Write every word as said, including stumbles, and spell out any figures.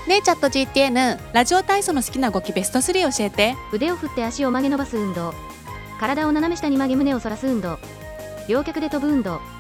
ねえチャット ジーティーエヌ、 ラジオ体操の好きな動きベストスリー教えて。 腕を振って足を曲げ伸ばす運動、体を斜め下に曲げ胸を反らす運動、両脚で飛ぶ運動。